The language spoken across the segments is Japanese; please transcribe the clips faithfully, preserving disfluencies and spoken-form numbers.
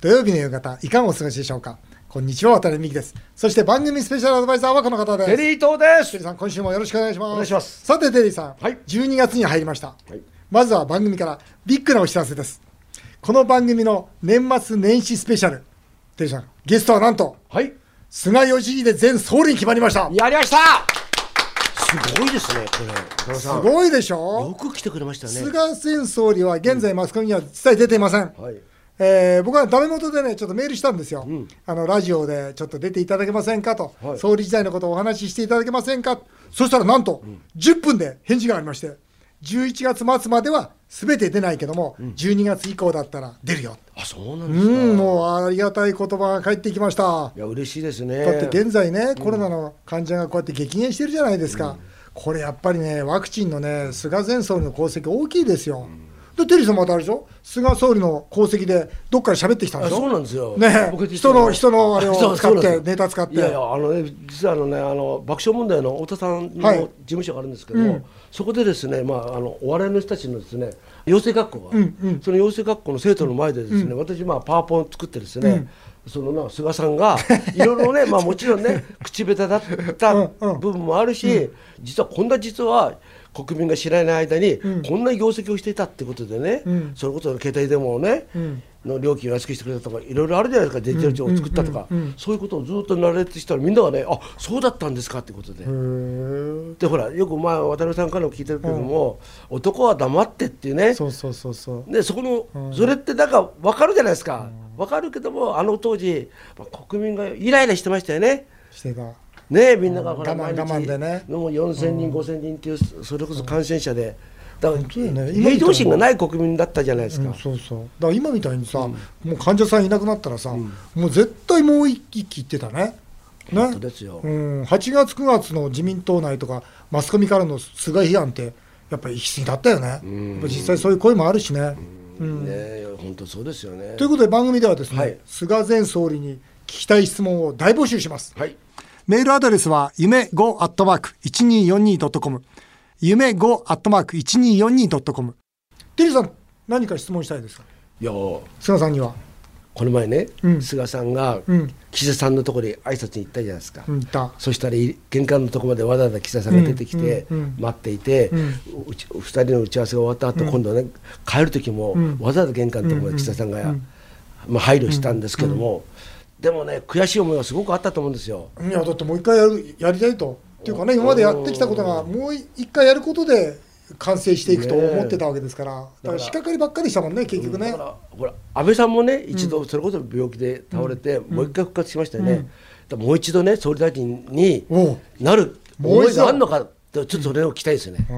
土曜日の夕方いかがお過ごしでしょうか。こんにちは、渡辺美希です。そして番組スペシャルアドバイザーはこの方です。 テリー東です。 テリーさん、今週もよろしくお願いします。 お願いします。 さてテリーさん、 はい、 じゅうにがつに入りました、はい、まずは番組からビッグなお知らせです。この番組の年末年始スペシャル、テリーさん、ゲストはなんと、はい、菅義偉前総理に決まりました。 やりました。すごいですね、これ。 すごいでしょ。 よく来てくれましたね。 菅前総理は現在マスコミには実際出ていません、うん、はい、えー、僕はダメ元でねちょっとメールしたんですよ、うん、あのラジオでちょっと出ていただけませんかと、はい、総理時代のことをお話ししていただけませんか。そしたらなんと、うん、じゅっぷんで返事がありまして、じゅういちがつ末までは全て出ないけども、うん、じゅうにがつ以降だったら出るよ。 あ、そうなんですか。 うん、もうありがたい言葉が返ってきました。 いや嬉しいですね。 だって現在ね、うん、コロナの患者がこうやって激減してるじゃないですか、うん、これやっぱりねワクチンのね菅前総理の功績大きいですよ、うん、でテリーさんまたあれでしょ、菅総理の功績でどっかで喋ってきたんでしょ。 そうなんですよ、 ね、人の人のあれを使ってネタ使って。 いやいや、あのね、実はあのね、あの爆笑問題の太田さんの事務所があるんですけども、はい、うん、そこでですね、まあ、あのお笑いの人たちのですね養成学校が、うんうん、その養成学校の生徒の前でですね、うん、私まあパワポを作ってですね、うん、そのな菅さんがいろいろねまあもちろんね口下手だった部分もあるし、うん、実はこんな実は国民が知らない間にこんな業績をしていたってことでね、うん、それこそ携帯電話をね、うん、の料金を安くしてくれたとかいろいろあるじゃないですか。デジタル庁を作ったとか、そういうことをずっと慣れてきたらみんながね、あ、そうだったんですかってことで、でほらよくまあ渡辺さんからも聞いてるけども、うん、男は黙ってっていうね、 そうそうそうそう、 でそこの、うん、それってなんか分かるじゃないですか、うん、分かるけどもあの当時、まあ、国民がイライラしてましたよね。 してたね、みんながほら我慢我慢でね、 もうよんせんにん、うん、ごせんにんっていうそれこそ感染者で、だから平常心がない国民だったじゃないですか、 うん、そうそう、だから今みたいにさ、うん、もう患者さんいなくなったらさ、うん、もう絶対もう一気いってたね。ね、 本当ですよ、 うん、はちがつくがつの自民党内とかマスコミからの菅批判ってやっぱり行き過ぎだったよね、うん、実際そういう声もあるしね、 うんうん、ね、本当そうですよね。 ということで番組ではですね、はい、菅前総理に聞きたい質問を大募集します、はい、メールアドレスは夢 ご アットマーク いちにーよんにー ドットコム、夢 ご アットマーク いちにーよんにー ドットコム。テリーさん何か質問したいですか。 いや菅さんにはこの前ね、うん、菅さんが岸田さんのところに挨拶に行ったじゃないですか、うん、そしたら玄関のところまでわざわざ岸田さんが出てきて待っていて、うんうん、うちふたりの打ち合わせが終わった後、うん、今度ね帰る時もわざわざ玄関のところまで岸田さんが、まあ、配慮したんですけども、でもね悔しい思いがすごくあったと思うんですよ。 いやだってもう一回やるやりたいとっていうかね、今までやってきたことがもう一回やることで完成していくと思ってたわけですから、ね、だから引っかかりばっかりしたもんね結局ね。だからほら安倍さんもね一度それこそ病気で倒れて、うん、もう一回復活しましたよね、うん、だもう一度ね総理大臣になる思いがあるのかちょっとそれを期待ですよね、うん、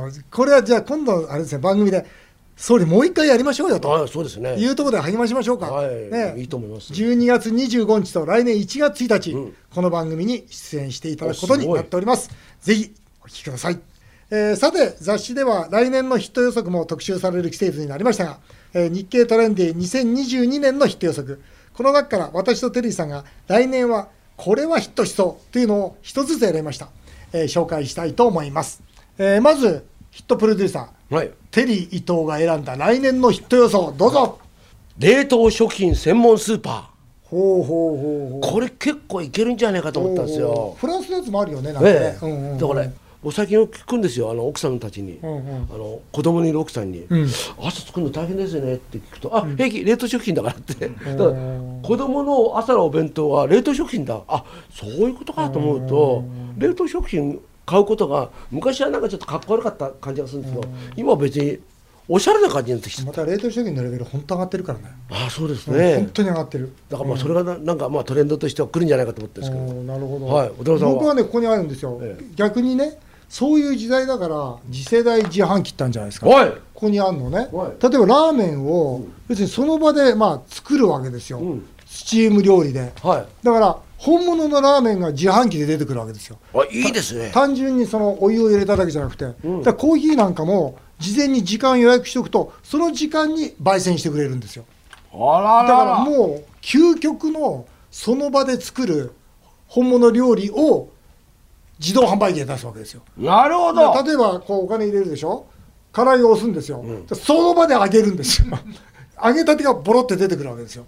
あこれはじゃあ今度あれですね、番組で総理もう一回やりましょうよと、 ああそうですね、 いうところで励ましましょうか、 はい、 ね、 いいと思います。 じゅうにがつにじゅうごにちと来年いちがつついたち、うん、この番組に出演していただくことになっております。ぜひお聞きください。えー、さて雑誌では来年のヒット予測も特集される季節になりましたが、えー、日経トレンディにせんにじゅうにねんのヒット予測、この中から私とテリーさんが来年はこれはヒットしそうというのを一つずつ選びました、えー、紹介したいと思います。えー、まずヒットプロデューサー、はい、テリー伊藤が選んだ来年のヒット予想どうぞ。 冷凍食品専門スーパー、 ほうほうほうほう、 これ結構いけるんじゃないかと思ったんですよ。 フランスのやつもあるよね、なんかね、ええ、うんうんうん、 だからお酒を聞くんですよ、あの奥さんたちに、うんうん、あの子供にいる奥さんに、うん、朝作るの大変ですよねって聞くと、あ、うん、平気冷凍食品だからって、うん、だから子供の朝のお弁当は冷凍食品だ、あ、そういうことかと思うと、うん、冷凍食品買うことが昔はなんかちょっとかっこ悪かった感じがするんですけど、うん、今は別におしゃれな感じになってきて、 また冷凍食品のレベル本当上がってるからね。 ああそうですね、 うん、本当に上がってる。 だからまあそれが な, なんかまあトレンドとしては来るんじゃないかと思ってるんですけど、 なるほど、 はい、お父さんは僕はねここにあるんですよ、ええ、逆にねそういう時代だから次世代自販機ってあるんじゃないですか、はい、ここにあるのね、はい、例えばラーメンを別にその場でまあ作るわけですよ、うん、スチーム料理で、はい、だから本物のラーメンが自販機で出てくるわけですよ。 あ、いいですね。 単純にそのお湯を入れただけじゃなくて、うん、だからコーヒーなんかも事前に時間予約しておくとその時間に焙煎してくれるんですよ。 あららら、 だからもう究極のその場で作る本物料理を自動販売機で出すわけですよ。 なるほど。 例えばこうお金入れるでしょ、唐揚げを押すんですよ、うん、その場で揚げるんですよ揚げたてがボロって出てくるわけですよ。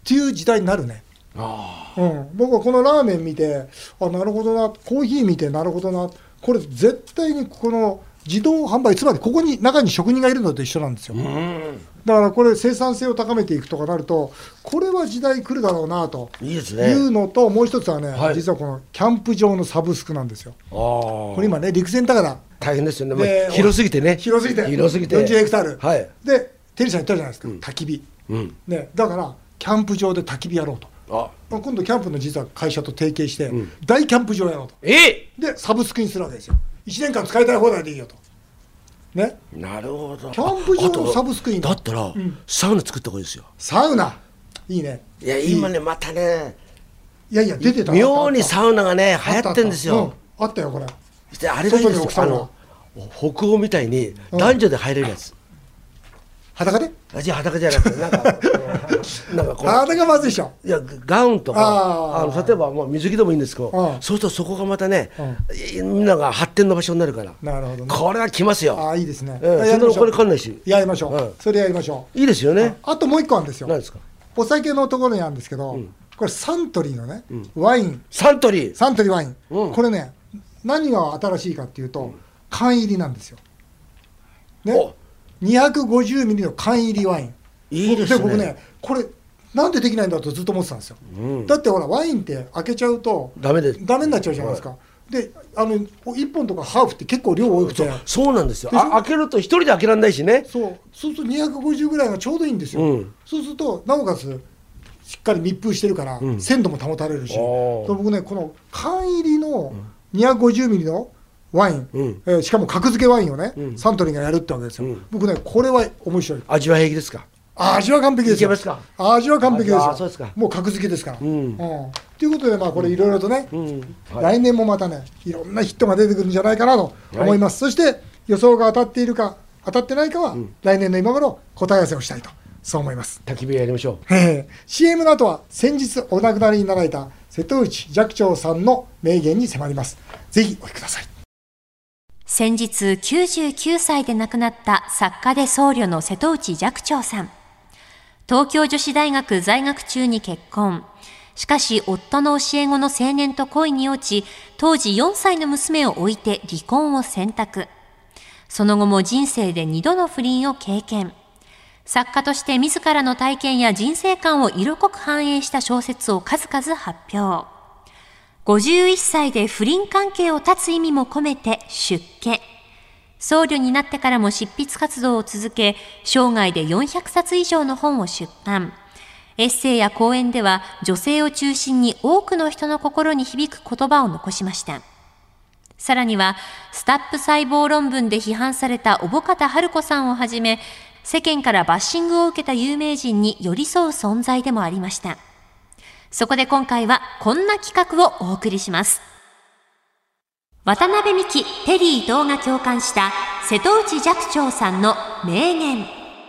っていう時代になるね。 あ、 うん、僕はこのラーメン見て、あ、なるほどな、コーヒー見て、なるほどな、これ絶対にこの自動販売、つまりここに中に職人がいるのと一緒なんですよ。だからこれ生産性を高めていくとかなると、これは時代来るだろうなというのと、もう一つはね、はい、実はこのキャンプ場のサブスクなんですよ。あ、これ今ね、陸前高田大変ですよね、広すぎてね、 広すぎて広すぎてよんじゅうヘクタール、 はい、 でテリーさん言ったじゃないですか、うん、焚き火、 うん、 ね、だからキャンプ場で焚き火やろうと。あ、今度キャンプの実は会社と提携して、うん、大キャンプ場やろうと。 えー、 でサブスクにするわけですよ。いちねんかん使いたい放題でいいよと。ね、 なるほど。 キャンプ場のサブスクインだったら、うん、サウナ作った方がいいですよ。 サウナいいね。 いや今ねまたね、 いやいや出てた、 妙にサウナがね流行ってんですよ。 うん、あったよこれ。 であれがいいですよ、あの北欧みたいに男女で入れるやつ。 裸で？ あ、じゃあ裸じゃなくてなんかなんかこう裸がまずいでしょ。 いやガウンとか、ああの例えばもう水着でもいいんですけど、そうするとそこがまたね、みんなが発展の場所になるから。 なるほどね。 これは来ますよ。 ああいいですね。 そんなのこれかんないし。 やりましょう。それやりましょう。いいですよね。 あともう一個あるんですよ。 何ですか？ お酒のところにあるんですけど、これサントリーのねワイン。 サントリー。 サントリーワイン。これね何が新しいかっていうと缶入りなんですよ。ね。にひゃくごじゅうミリの缶入りワイン。 いいですね。 で僕ねこれなんでできないんだとずっと思ってたんですよ。うん、だってほらワインって開けちゃうとダメでダメになっちゃうじゃないですか。はい、であのいっぽんとかハーフって結構量多くて。 そうなんですよ。あ開けると一人で開けられないしね。 そうそうするとにひゃくごじゅうぐらいがちょうどいいんですよ。うん、そうするとなおかつしっかり密封してるから、うん、鮮度も保たれるし。僕ねこの缶入りのにひゃくごじゅうミリのワイン、うん、えー、しかも格付けワインをね、うん、サントリーがやるってわけですよ。うん、僕ねこれは面白い。 味は平気ですか？ 味は完璧ですよ。 いけますか？ 味は完璧ですよ。 そうですか。 もう格付けですから。と、うんうん、いうことでまあこれいろいろとね、うんうんはい、来年もまたねいろんなヒットが出てくるんじゃないかなと思います。はい、そして予想が当たっているか当たってないかは、うん、来年の今頃答え合わせをしたいとそう思います。 焚き火やりましょう。 シーエム の後は先日お亡くなりになられた瀬戸内寂聴さんの名言に迫ります。ぜひお聞きください。 先日きゅうじゅうきゅうさいで亡くなった作家で僧侶の瀬戸内寂聴さん。東京女子大学在学中に結婚。しかし夫の教え子の青年と恋に落ち、当時よんさいの娘を置いて離婚を選択。その後も人生でにどの不倫を経験。作家として自らの体験や人生観を色濃く反映した小説を数々発表。ごじゅういっさいで不倫関係を断つ意味も込めて出家。僧侶になってからも執筆活動を続け、生涯でよんひゃくさつ以上の本を出版。エッセイや講演では女性を中心に多くの人の心に響く言葉を残しました。さらには、スタップ細胞論文で批判された小保方春子さんをはじめ、世間からバッシングを受けた有名人に寄り添う存在でもありました。そこで今回はこんな企画をお送りします。渡辺美希、テリー伊藤が共感した瀬戸内寂聴さんの名言。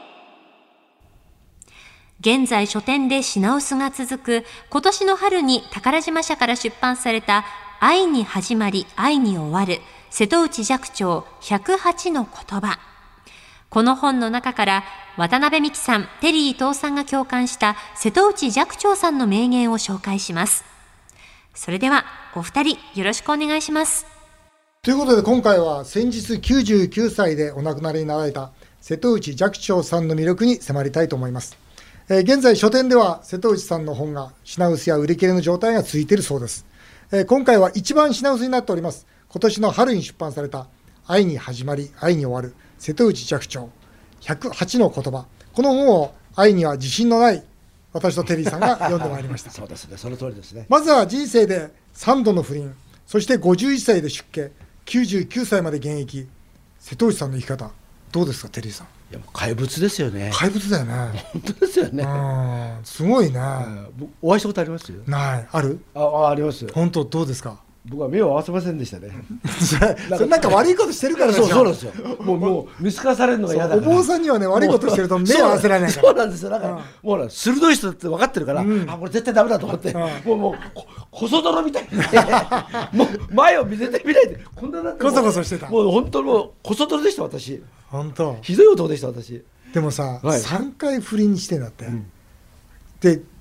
現在書店で品薄が続く今年の春に宝島社から出版された愛に始まり愛に終わる瀬戸内寂聴ひゃくはちの言葉。この本の中から渡辺美希さん、テリー伊藤さんが共感した瀬戸内寂聴さんの名言を紹介します。それではお二人よろしくお願いします。 ということで今回は先日きゅうじゅうきゅうさいでお亡くなりになられた瀬戸内寂聴さんの魅力に迫りたいと思います。えー、現在書店では瀬戸内さんの本が品薄や売り切れの状態が続いているそうです。えー、今回は一番品薄になっております今年の春に出版された愛に始まり愛に終わる瀬戸内寂聴ひゃくはちの言葉。この本を愛には自信のない私とテリーさんが読んでまいりました。 そうですね、その通りですね。 まずは人生でさんどの不倫、そしてごじゅういっさいで出家、きゅうじゅうきゅうさいまで現役。瀬戸内さんの生き方どうですかテリーさん。 いやもう怪物ですよね。 怪物だよね。 本当ですよね。 うん、すごいね。 お会いしたことあります？ ない。ある？ ああ、あります。 本当どうですか？ 僕は目を合わせませんでしたね。 それそれなんか悪いことしてるからですよ。 そうなんですよ。もうもう見透かされるのが嫌だから。 お坊さんにはね悪いことしてると目を合わせられないから。 そうなんですよ。だから、うん、もう鋭い人って分かってるから、うん、あこれ絶対ダメだと思って、うん、もうもうこそ泥みたいにもう前を見せてみないでこんななんてこそこそしてた。 もう本当もうこそ泥でした私。 本当。 ひどい男でした私。 でもさ、はい、さんかい不倫してんだって。うん、で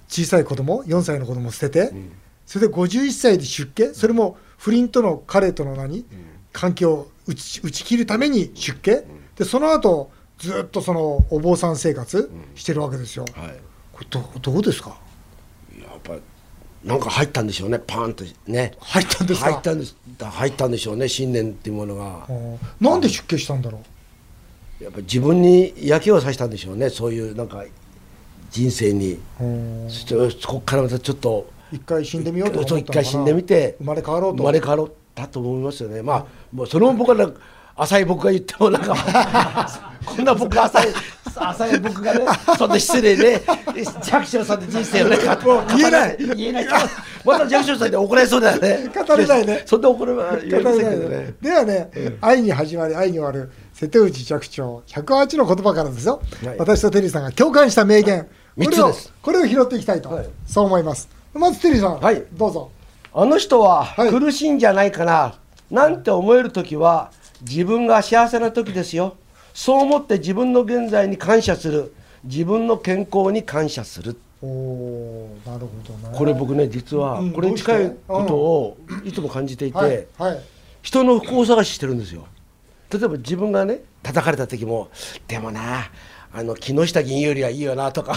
小さい子供よんさいの子供を捨てて、うん、それでごじゅういっさいで出家、それも不倫との彼との何、うん、関係を打ち、打ち切るために出家、うん、でその後ずっとそのお坊さん生活してるわけですよ、うんはい、これ ど, どうですか。 やっぱりなんか入ったんでしょうね、パーンとね。 入ったんですか。 入ったんです、入ったんでしょうね、信念っていうものが。 なんで出家したんだろう。やっぱり自分に焼きをさしたんでしょうね、そういうなんか人生に。そ, そこからまたちょっと一回死んでみようと思ったのかな。 一回死んでみて生まれ変わろうと。 生まれ変わろうだと思いますよね。まあもうそれも僕は浅い僕が言ってもなんかこんな僕が浅い浅い僕がねそんな失礼ね寂聴さんの人生をね言えない言えないまた寂聴さんで怒られそうだよね。 語れないね。 そんな怒られ言えませんけどね。 ではね、うん、愛に始まり愛に終わる瀬戸内寂聴ひゃくはちの言葉からですよ、はい、私とテリーさんが共感した名言、 みっつです。 これを拾っていきたいと、はい、そう思います。まずテリーさん、はい、どうぞ。 あの人は苦しいんじゃないかな、はい、なんて思える時は自分が幸せな時ですよ。そう思って自分の現在に感謝する、自分の健康に感謝する。 おー、なるほどね。 これ僕ね実はこれに近いことをいつも感じていて、はいはい、人の不幸探ししてるんですよ。例えば自分がね叩かれた時もでもなあの木下議員よりはいいよなとか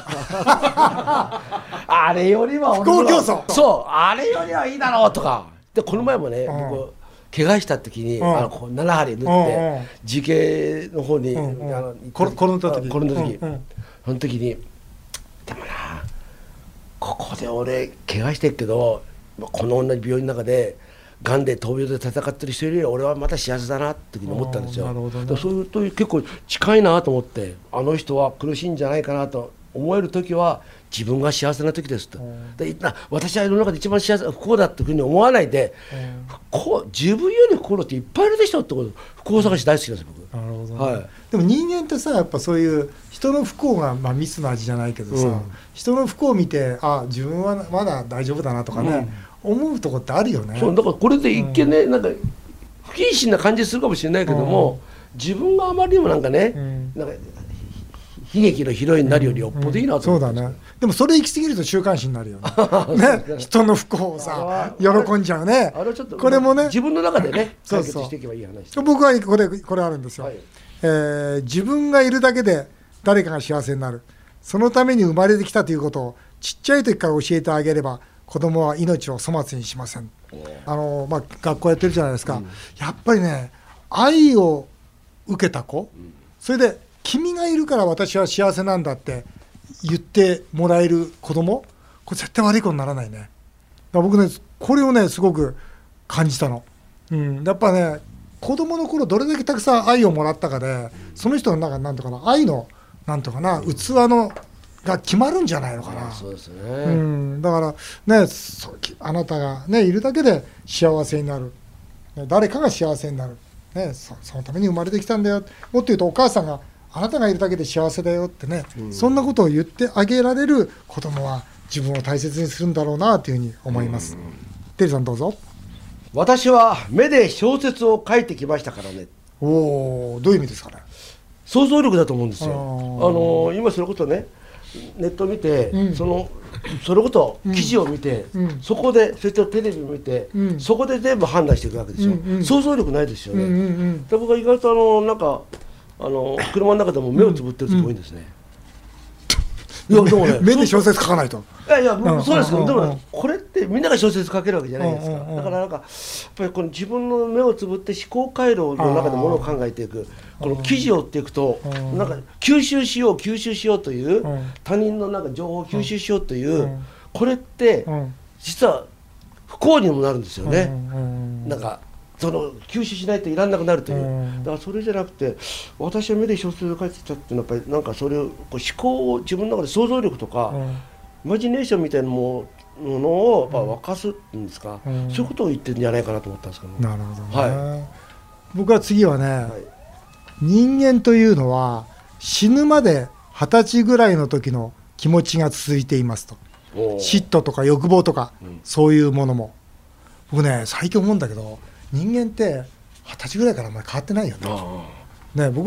あれよりは不幸競争、 そうあれよりはいいだろうとかで、この前もね、うん、僕怪我した時に、うん、あのこうなな針縫って、うん、自頸の方に、うんうん、あの転んだ時転んだ時、うんうん、その時にでもなここで俺怪我してるけどこの同じ病院の中でがんで闘病で戦ってる人より俺はまた幸せだなって思ったんですよ。なるほどね。そういうと結構近いなと思って、あの人は苦しいんじゃないかなと思える時は自分が幸せな時ですと。で私は世の中で一番幸せ不幸だっていうふうに思わないで、不幸自分より不幸っていっぱいいるでしょってこと、不幸探し大好きです僕。 なるほどね。はい、でも人間ってさやっぱそういう人の不幸が、まあ、ミスの味じゃないけどさ、うん、人の不幸を見てあ自分はまだ大丈夫だなとかね、うん、思うとこってあるよね。 そうだからこれで一見ね、うん、なんか不謹慎な感じするかもしれないけども、うん、自分があまりにもなんかね、うん、なんか悲劇のヒロインになるよりよっぽどいいなと思って、うんうん、そうだね。 でもそれ行き過ぎると週刊誌になるよねね、人の不幸をさ喜んじゃうね。 あれちょっとこれもね自分の中でね解決していけばいい話。 そうそう僕はこれこれあるんですよ、はい、えー、自分がいるだけで誰かが幸せになる、そのために生まれてきたということをちっちゃい時から教えてあげれば子供は命を粗末にしません。あの、まあ、学校やってるじゃないですか、うん、やっぱりね愛を受けた子、うん、それで君がいるから私は幸せなんだって言ってもらえる子供、これ絶対悪い子にならないね。だから僕ねこれをねすごく感じたの、うん、やっぱね子供の頃どれだけたくさん愛をもらったかでその人の中なんとかな愛のなんとかな器のが決まるんじゃないのかな。 そうですね、 うん、だからねあなたがねいるだけで幸せになる、誰かが幸せになる、ね、そ, そのために生まれてきたんだよ。もっと言うとお母さんがあなたがいるだけで幸せだよってね、うん、そんなことを言ってあげられる子供は自分を大切にするんだろうなというふうに思います、うん、テリーさんどうぞ。 私は目で小説を書いてきましたからね。 おお、どういう意味ですかね。 想像力だと思うんですよ。あの今それこそねネット見て、うん、そのそれこそ記事を見て、うん、そこでそれとテレビ見て、うん、そこで全部判断していくわけですよ、うんうん、想像力ないですよね、うんうんうん、で僕は意外とあのなんかあの車の中でも目をつぶってる人多いんですね、 うんうん、いやでもね目で小説書かないと。 いやいや、うん、そうですけど、うん、でも、ね、これってみんなが小説書けるわけじゃないですか、うん、だからなんかやっぱりこの自分の目をつぶって思考回路の中でものを考えていく、この記事を追っていくと、うん、なんか吸収しよう吸収しようという、うん、他人のなんか情報を吸収しようという、うん、これって、うん、実は不幸にもなるんですよね、うん、なんかその吸収しないといらんなくなるという、うん、だからそれじゃなくて私は目で小説を書いてきたっていうのはやっぱりなんかそれをこう思考を自分の中で想像力とか、うん、イマジネーションみたいなものをやっぱ沸かすんですか、うん、そういうことを言ってるんじゃないかなと思ったんですけど、 なるほどね、はい、僕は次はね、はい、人間というのは死ぬまで二十歳ぐらいの時の気持ちが続いていますと。嫉妬とか欲望とか、うん、そういうものも僕ね最近思うんだけど人間って二十歳ぐらいからあんまり変わってないよね。ね僕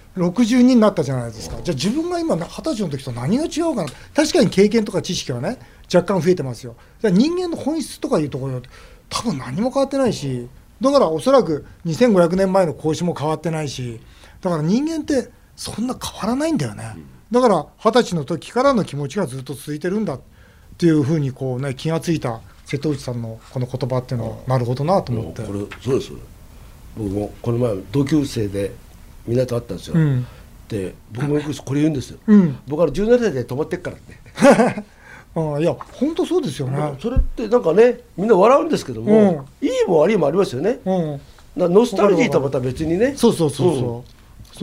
ろくじゅうにになったじゃないですか。じゃあ自分が今はたちの時と何が違うかな。確かに経験とか知識はね若干増えてますよ。じゃあ人間の本質とかいうところ多分何も変わってないし、だからおそらくにせんごひゃくねんまえの孔子も変わってないし、だから人間ってそんな変わらないんだよね。だからはたちの時からの気持ちがずっと続いてるんだっていうふうにこう、ね、気がついた瀬戸内さんのこの言葉っていうのはなるほどなと思って。 これそうです。僕もこの前同級生でみんなと会ったんですよ、うん、で僕もよくこれ言うんですよ、うん、僕はじゅうななさいで止まってっからってあいや本当そうですよね。 それってなんかねみんな笑うんですけども、うん、いいも悪いもありますよね、うん、ノスタルジーとはまた別にね、 そうそうそうそう、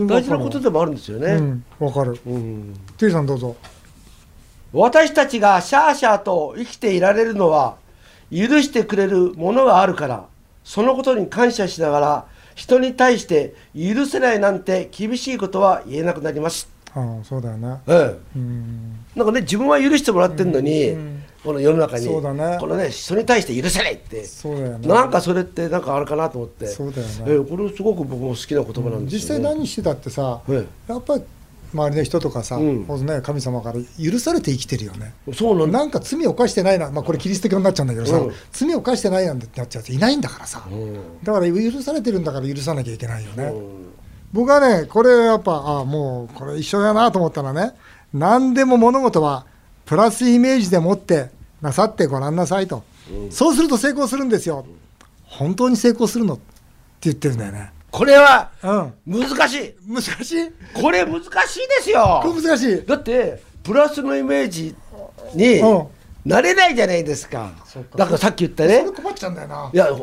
うん、大事なことでもあるんですよね。 わ、うん、かる、うん、テリーさんどうぞ。 私たちがシャーシャーと生きていられるのは許してくれるものがあるから、そのことに感謝しながら人に対して許せないなんて厳しいことは言えなくなります。 ああそうだよね、 ええ、うんなんかね自分は許してもらってるのに、うんうん、この世の中にそうだ、ね、 このね人に対して許せないってそうだよ、ね、 なんかそれってなんかあるかなと思って。 そうだよね、 ええ、これすごく僕も好きな言葉なんですよね、うん、 実際何してたってさ、ええ、やっぱり周りの人とかさ、うんね、神様から許されて生きてるよね。 そうなん、 なんか罪を犯してないな、まあ、これキリスト教になっちゃうんだけどさ、うん、罪を犯してないなんてなっちゃうといないんだからさ、うん、だから許されてるんだから許さなきゃいけないよね、うん、僕はねこれやっぱあもうこれ一緒だなと思ったらね、何でも物事はプラスイメージでもってなさってごらんなさいと、うん、そうすると成功するんですよ。本当に成功するのって言ってるんだよね。 これは難しい、 うん、難しいこれ難しいですよ。 これ難しい。 だってプラスのイメージになれないじゃないですか、うん、だからさっき言ったね、 それ困っちゃうんだよな。 いや、うん、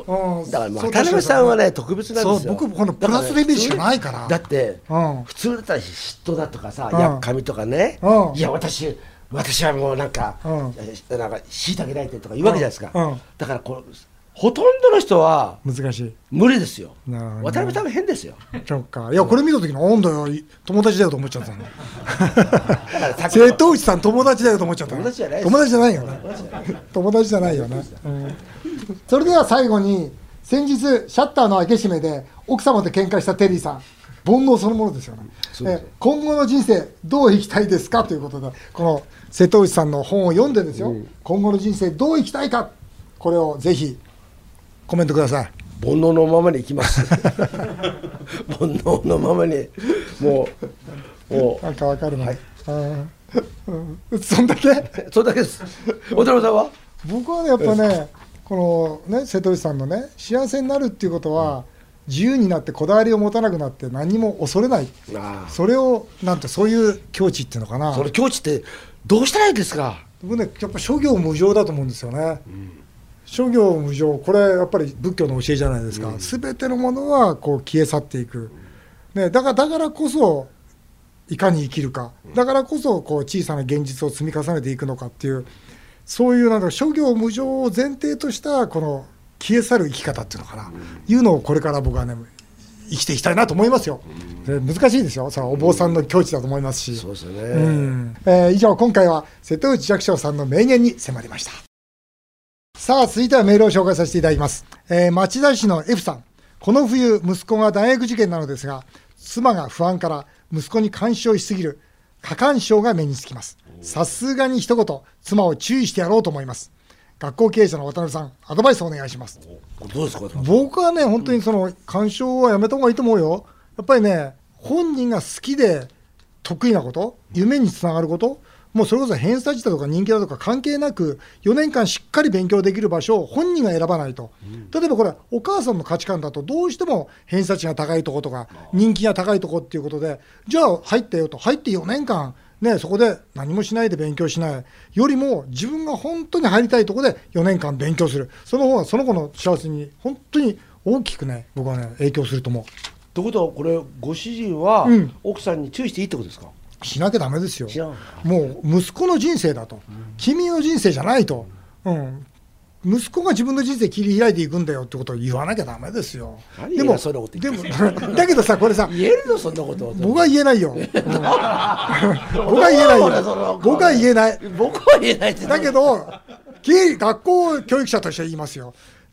だから渡辺さんはね特別なんですよ。 僕このプラスのイメージしかないから。 だって、うん、普通だったら嫉妬だとかさ、やっかみとかね、うん、いや私私はもうなんか、うん、なんか虐げられてるとか言うわけじゃないですか、うんうん、だからこうほとんどの人は難しい、 無理ですよ。渡辺さんは変ですよ。 そっか。いやこれ見た時の温度よ友達だよと思っちゃったの。瀬戸内さん友達だよと思っちゃったの。友達じゃない友達じゃないよね。友達じゃないよね、うん、それでは最後に先日シャッターの開け閉めで奥様と喧嘩したテリーさん、煩悩そのものですよね。え今後の人生どう生きたいですかということで、この瀬戸内さんの本を読んでですよ、うん、今後の人生どう生きたいか、これをぜひコメントください。 煩悩のままにいきます煩悩のままにもうもうなんかわかるな、はい、あそんだけそんだけです。渡辺さんは？ 僕はねやっぱねこのね瀬戸内さんのね幸せになるっていうことは、うん、自由になってこだわりを持たなくなって何も恐れない、あそれをなんてそういう境地っていうのかな。 その境地ってどうしたらいいですか？ 僕ねやっぱ諸行無常だと思うんですよね、うん、諸行無常、これやっぱり仏教の教えじゃないですか、すべ、うん、てのものはこう消え去っていく、ね、だからだからこそいかに生きるか、だからこそこう小さな現実を積み重ねていくのかっていう、そういうなんか諸行無常を前提としたこの消え去る生き方っていうのかな、うん、いうのをこれから僕はね生きていきたいなと思いますよ、うん、難しいですよ、さあお坊さんの境地だと思いますし、うん、そうですよね、うんえー、以上今回は瀬戸内寂聴さんの名言に迫りました。さあ続いてはメールを紹介させていただきます、えー、町田市の F さん、この冬息子が大学受験なのですが妻が不安から息子に干渉しすぎる過干渉が目につきます。さすがに一言妻を注意してやろうと思います。学校経営者の渡辺さん、アドバイスをお願いします。 どうですか？ 僕はね本当にその干渉はやめた方がいいと思うよ。やっぱりね本人が好きで得意なこと、夢につながること、もうそれこそ偏差値だとか人気だとか関係なくよねんかんしっかり勉強できる場所を本人が選ばないと、うん、例えばこれお母さんの価値観だとどうしても偏差値が高いところとか人気が高いところっていうことで、じゃあ入ってよと、入ってよねんかんね、そこで何もしないで勉強しないよりも自分が本当に入りたいところでよねんかん勉強する、その方がその子の幸せに本当に大きくね僕はね影響すると思う。 ということはこれご主人は奥さんに注意していいってことですか？ しなきゃダメですよ。もう息子の人生だと、うん、君の人生じゃないと、うん、息子が自分の人生切り開いていくんだよってことを言わなきゃダメですよ。 でもでもだけどさこれさ言えるのそんなこと僕は言えないよ、うん、僕は言えないよ僕は言えない僕は言えないだけど学校教育者として言いますよ。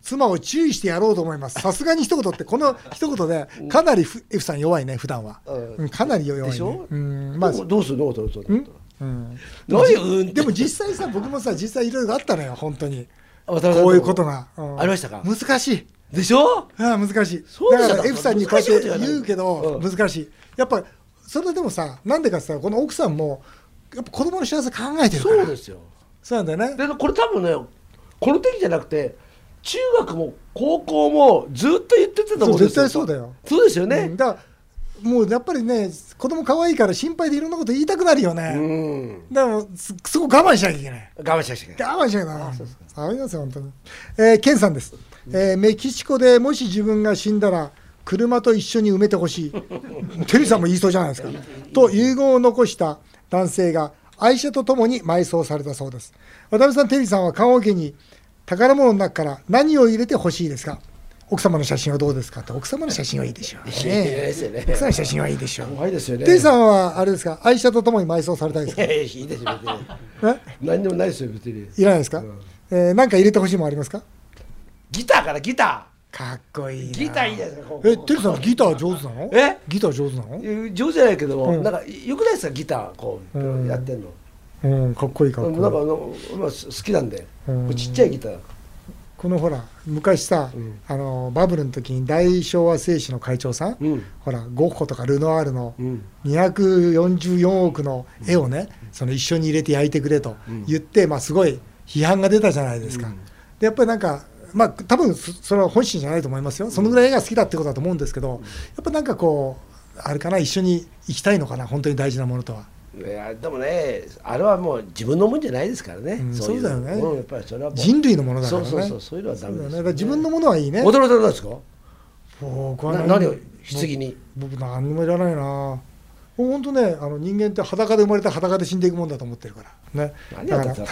妻を注意してやろうと思います。さすがに一言ってこの一言でかなり F さん弱いね普段は、うん、かなり弱いね。でしょ、うん、まあ、 どうするのどうするうん、 でも実際さ僕もさ実際いろいろあったのよ本当にこういうことが、うん、 ありましたか。 難しいでしょ。 ああ難しい。だから F さんにこうやって言うけど難しい。やっぱそれでもさなんでかさこの奥さんもやっぱ子供の幸せ考えてるから。 そうですよ。 そうなんだよね。 でこれ多分ねこの時じゃなくて中学も高校もずっと言ってたと思うんですよ。 絶対そうだよ。 そうですよね、 うん、だからもうやっぱりね子供可愛いから心配でいろんなこと言いたくなるよね。うんだからそそこ我慢しなきゃいけない。 我慢しなきゃいけない。 我慢しなきゃいけない。ありますよ本当に。えー、ケンさんです、えー、メキシコでもし自分が死んだら車と一緒に埋めてほしいテリーさんも言いそうじゃないですかと遺言を残した男性が愛車とともに埋葬されたそうです。渡辺さん、テリーさんは棺桶に宝物の中から何を入れてほしいですか。奥様の写真はどうですかって。奥様の写真はいいでしょう、ね、奥様の写真はいいでしょう。 怖いですよね。 テリーさんはあれですか、愛車とともに埋葬されたいですか。 いやいやいいですよ別に何でもないですよ別に。 いらないですか、うんえー、何か入れてほしいもありますか。 ギターからギターかっこいいな。 ギターいいじゃないですか。 え、テリーさんギター上手なの。 えギター上手なの。 上手じゃないけども、うん、なんかよくないですかギターこう、うん、やってんの。 うん、かっこいいかっこいい。 なんかあの、まあ、好きなんで、うん、ちっちゃいギター。 このほら昔さ、うん、あのバブルの時に大昭和製紙の会長さん、うん、ほらゴッホとかルノワールのにひゃくよんじゅうよんおくの絵をね、うん、その一緒に入れて焼いてくれと言って、うんまあ、すごい批判が出たじゃないですか、うん、でやっぱりなんかまあ多分それは本心じゃないと思いますよ。そのぐらい絵が好きだってことだと思うんですけど、やっぱなんかこうあれかな、一緒に生きたいのかな、本当に大事なものとは。 いやでもね、あれはもう自分のもんじゃないですからね、 うん、そうだよね、 うん、やっぱりそれは人類のものだからね。 そうそうそう、そういうのはダメです、ね、 だから自分のものはいいね。 渡辺さんなんですか。 僕は何, 何を棺に。 僕何にもいらないな。本当ね、あの人間って裸で生まれた裸で死んでいくもんだと思ってるからね。 何やってん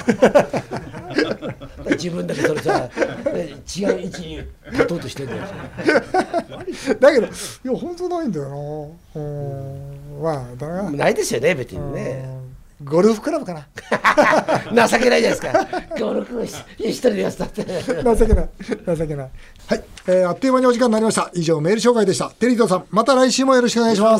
自分だけそれさ違う位置に立とうとしてるんだよだけどいや本当ないんだよな。うんまあだな。 ないですよね別にね。 ゴルフクラブかな情けないじゃないですかゴルフ一人でやつだって情けない情けない。はい、えー、あっという間にお時間になりました。以上メール紹介でした。テリートさん、また来週もよろしくお願いします。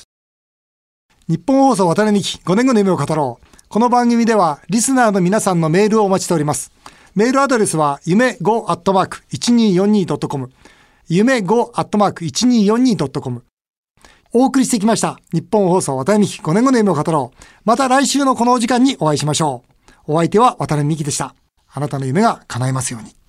日本放送渡辺美希ごねんごの夢を語ろう。この番組ではリスナーの皆さんのメールをお待ちしております。メールアドレスは夢 ご アットマーク いちにーよんにー ドットコム 夢 ご アットマーク いちにーよんにー ドットコム。お送りしてきました日本放送渡辺美希ごねんごの夢を語ろう。また来週のこのお時間にお会いしましょう。お相手は渡辺美希でした。あなたの夢が叶いますように。